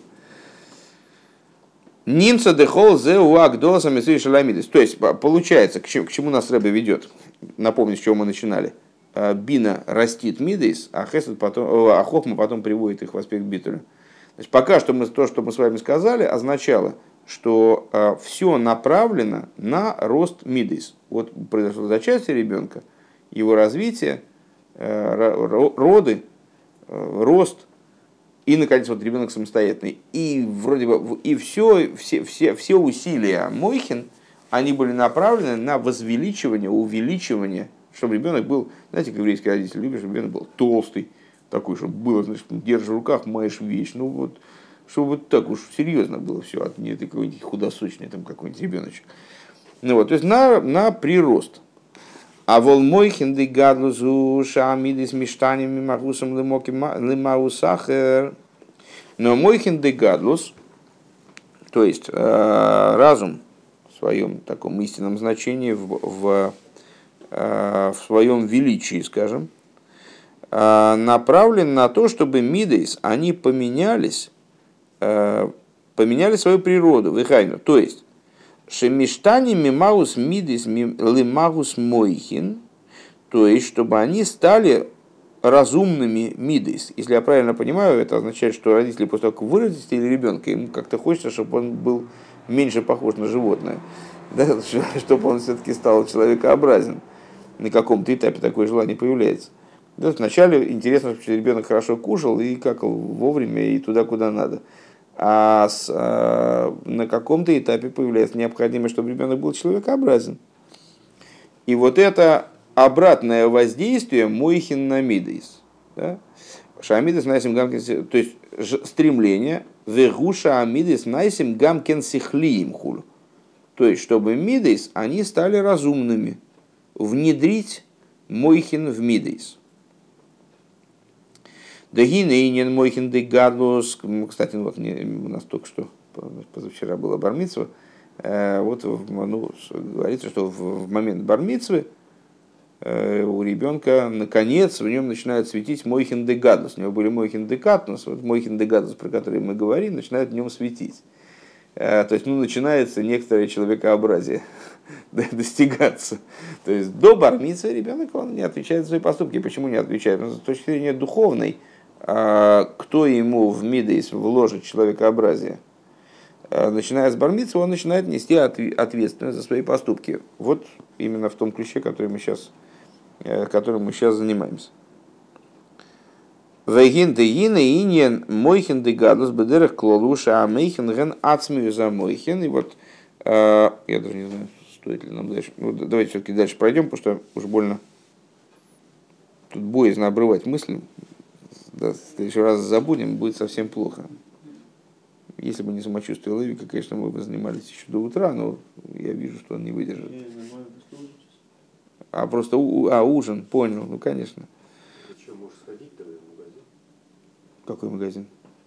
Нимца дехол зе уак доласами шаламидис. То есть, получается, к чему нас Рэбе ведет? Напомню, с чего мы начинали. Бина растит мидейс, а хесед потом, а хохма потом приводит их в аспект битуля. Значит, пока что то, что мы с вами сказали, означало, что все направлено на рост мидейс. Вот произошло зачатие ребенка, его развитие, роды, рост, и, наконец, вот ребенок самостоятельный. И вроде бы и все усилия Мойхин, они были направлены на возвеличивание, увеличивание, чтобы ребенок был, знаете, как еврейский родитель любит, чтобы ребенок был толстый, такой, чтобы было, значит, держишь в руках, маешь вещь. Ну вот, чтобы вот так уж серьезно было все, а не какой-нибудь худосочный там какой-нибудь ребеночек. Ну вот, то есть на прирост. А вол Мойхин де гадлузу шаамидис миштаниями магусом лимаусахер. Но Мойхин де гадлус, то есть разум в своем таком истинном значении, в своем величии, скажем, направлен на то, чтобы мидейс, они поменяли свою природу, вихайну, то есть шемиштани мимаус мидейс лимагус мойхин, то есть чтобы они стали разумными мидейс. Если я правильно понимаю, это означает, что родители после того, как вырастили ребенка, им как-то хочется, чтобы он был меньше похож на животное, да? Чтобы он все-таки стал человекообразен. На каком-то этапе такое желание появляется. Да, вначале интересно, чтобы ребенок хорошо кушал и какал вовремя и туда, куда надо. А на каком-то этапе появляется необходимость, чтобы ребенок был человекообразен. И вот это обратное воздействие мойхин на мидейс. Да? Шамидес найсим гамкен, то есть стремление вегуша амидес найсим гамкен сихлиим хулю. То есть, чтобы мидейс, они стали разумными. Внедрить мойхин в мидейс. Дагинейнен мойхин де гадлус. Кстати, вот у нас только что, позавчера была бар мицва. Вот говорится, что в момент бар мицвы у ребенка, наконец, в нем начинает светить мойхин де гадлус. У него были мойхин де катнус. Вот мойхин де гадлус, про который мы говорим, начинает в нем светить. То есть, начинается некоторое человекообразие достигаться. То есть до бар-мицвы ребенок он не отвечает за свои поступки. Почему не отвечает? С точки зрения духовной, кто ему в мидейс вложит человекообразие? Начиная с бар-мицвы, он начинает нести ответственность за свои поступки. Вот именно в том ключе, которым мы сейчас занимаемся. Вегин де гина иньен мойхин де гадус бедерах клолуша, а мейхин ген ацмию за мойхин. И вот, я даже не знаю, стоит ли нам дальше. Ну, давайте все-таки дальше пройдем, потому что уж больно тут боязно обрывать мысли. Да, в следующий раз забудем, будет совсем плохо. Если бы не самочувствие Левика, конечно, мы бы занимались еще до утра, но я вижу, что он не выдержит. А просто ужин, понял, ну конечно. Какой магазин?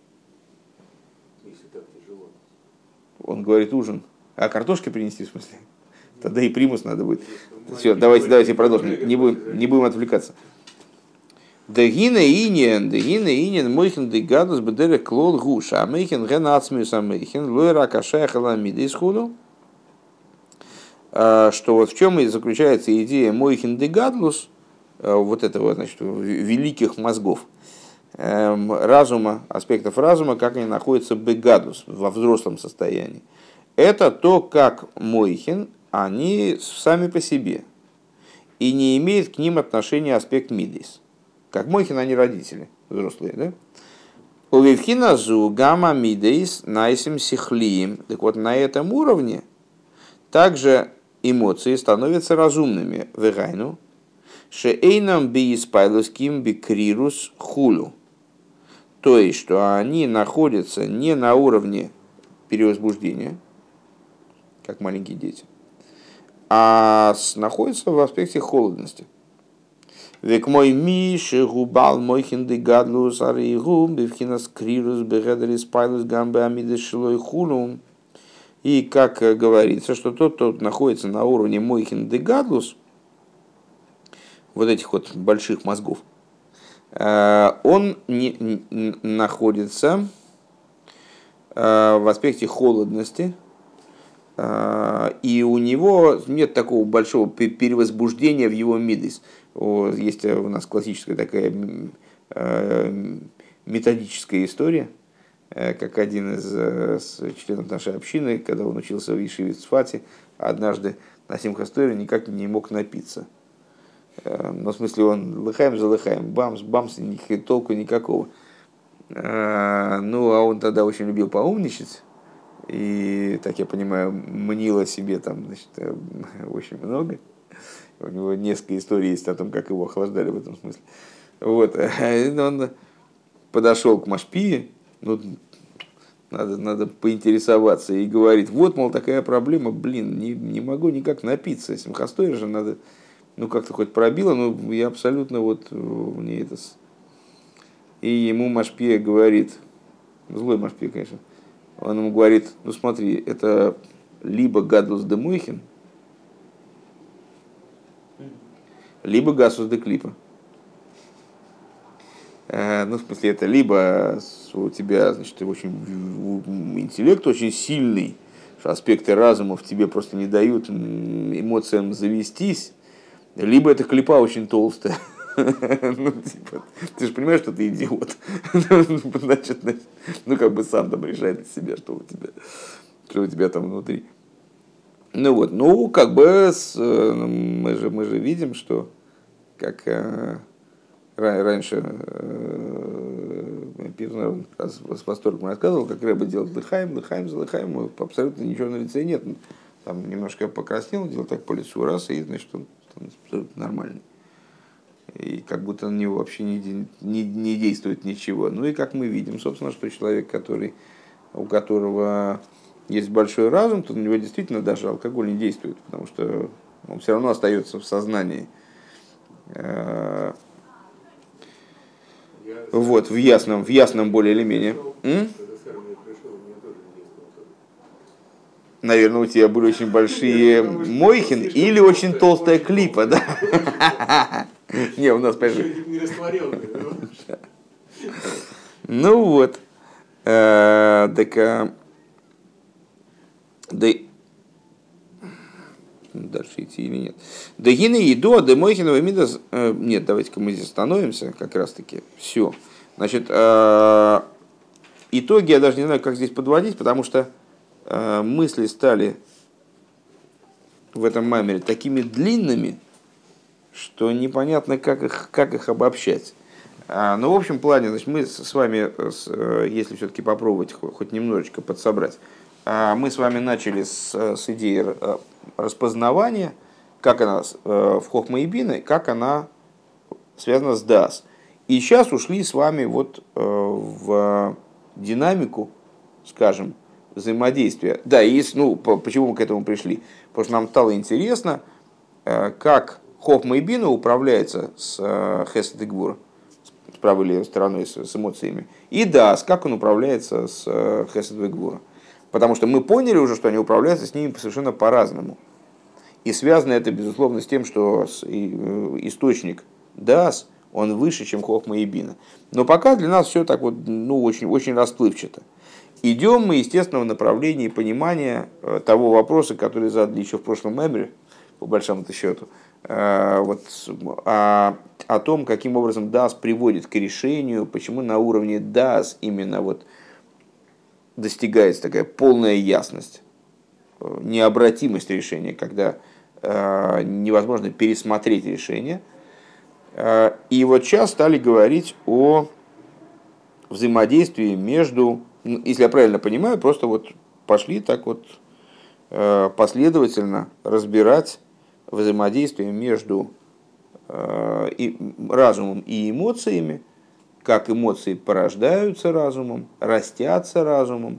Если так тяжело. Он говорит ужин. А картошки принести, в смысле? Тогда и примус надо будет. Все, давайте продолжим. Не будем отвлекаться. Дагина инин мойхин дегадус бедере клол гуша. Амейхин ген ацмиус амейхин. Лойра кашая халамиды из худу. Что вот в чем и заключается идея мойхин дегадлус, вот этого, значит, великих мозгов. Разума, аспектов разума, как они находятся бегадус, во взрослом состоянии. Это то, как мойхин, они сами по себе. И не имеет к ним отношения аспект мидейс. Как мойхин, они родители, взрослые, да? Увивхина зу гамма мидейс найсим сихлиим. Так вот, на этом уровне также эмоции становятся разумными. Вегайну. Шеэйнам бииспайлуским бикрирус хулю. То есть, что они находятся не на уровне перевозбуждения, как маленькие дети, а находятся в аспекте холодности. Век мой миши губал мой хинды гадлус аригу бивхинас крирус бегедрис пайлус гамбе амиды шилой хулум. И как говорится, что тот, кто находится на уровне Мойхин де Гадлус, вот этих вот больших мозгов, он находится в аспекте холодности, и у него нет такого большого перевозбуждения в его мидис. Есть у нас классическая такая методическая история, как один из членов нашей общины, когда он учился в Ешиве в Цфате, однажды на Симхас Тора никак не мог напиться. Ну, в смысле, он лыхаем за лыхаем, бамс, бамс, толку никакого. Ну, а он тогда очень любил поумничать. И, так я понимаю, мнило себе там, значит, очень много. У него несколько историй есть о том, как его охлаждали в этом смысле. Вот. Он подошел к Машпии, ну, надо поинтересоваться, и говорит, вот, мол, такая проблема, блин, не могу никак напиться. Симхас Тора же надо, ну, как-то хоть пробило, но я абсолютно вот, мне это... И ему Машпия говорит, злой Машпия, конечно, он ему говорит, ну смотри, это либо Гадлус де Мойхин, либо Гасус де Клипа. Ну, в смысле, это либо у тебя, значит, очень интеллект очень сильный, что аспекты разума в тебе просто не дают эмоциям завестись, либо это клипа очень толстая. Ну, типа, ты же понимаешь, что ты идиот. Значит, ну, как бы сам там решай для себя, что у тебя там внутри. Ну вот, ну, как бы мы же видим, что как раньше Пирнер с восторгом рассказывал, как Рэбе делает лыхаем за лыхаем, абсолютно ничего на лице нет. Там немножко покраснел, делал так по лицу раз, и значит, он абсолютно нормальный. И как будто на него вообще не действует ничего. Ну и как мы видим, собственно, что человек, у которого есть большой разум, то на него действительно даже алкоголь не действует, потому что он все равно остается в сознании. Вот, в ясном более или менее. Наверное, у тебя были очень большие мойхин или очень толстая клипа, да? Не, у нас, ну вот. Так, дальше идти или нет? Да гины еду, а демойхинова мидас. Нет, давайте-ка мы здесь остановимся, как раз таки. Все. Значит, итоги я даже не знаю, как здесь подводить, потому что мысли стали в этом маймере такими длинными, что непонятно, как их обобщать. Но в общем плане, значит, мы с вами, если все-таки попробовать хоть немножечко подсобрать, мы с вами начали с идеи распознавания, как она в Хохма и Бине, как она связана с Даас. И сейчас ушли с вами вот в динамику, скажем, взаимодействия. Да, и почему мы к этому пришли? Потому что нам стало интересно, как Хохма и Бина управляется с Хесед и Гвура, с правой и левой стороной, с эмоциями. И Даас, как он управляется с Хесед и Гвура. Потому что мы поняли уже, что они управляются с ними совершенно по-разному. И связано это, безусловно, с тем, что источник Даас, он выше, чем Хохма и Бина. Но пока для нас все так вот, очень, очень расплывчато. Идем мы, естественно, в направлении понимания того вопроса, который задали еще в прошлом меморе, по большому-то счету, вот, о том, каким образом Даас приводит к решению, почему на уровне Даас именно вот достигается такая полная ясность, необратимость решения, когда невозможно пересмотреть решение. И вот сейчас стали говорить о взаимодействии между, если я правильно понимаю, просто вот пошли так вот последовательно разбирать взаимодействие между разумом и эмоциями, как эмоции порождаются разумом, растятся разумом,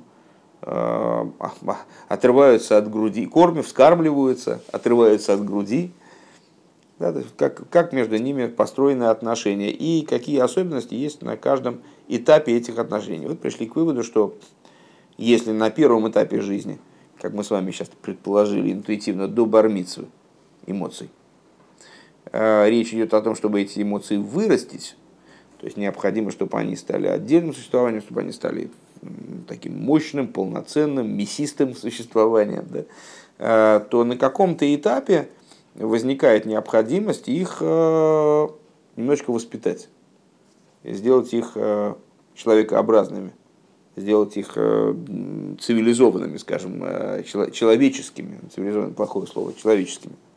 отрываются от груди, вскармливаются, отрываются от груди. Да, как между ними построены отношения и какие особенности есть на каждом этапе этих отношений. Вот пришли к выводу, что если на первом этапе жизни как мы с вами сейчас предположили интуитивно, до бар-мицвы эмоций. Речь идет о том, чтобы эти эмоции вырастить, то есть необходимо, чтобы они стали отдельным существованием, чтобы они стали таким мощным, полноценным, мясистым существованием, да, то на каком-то этапе возникает необходимость их немножко воспитать, сделать их человекообразными, сделать их цивилизованными, скажем, человеческими, цивилизованными, плохое слово, человеческими.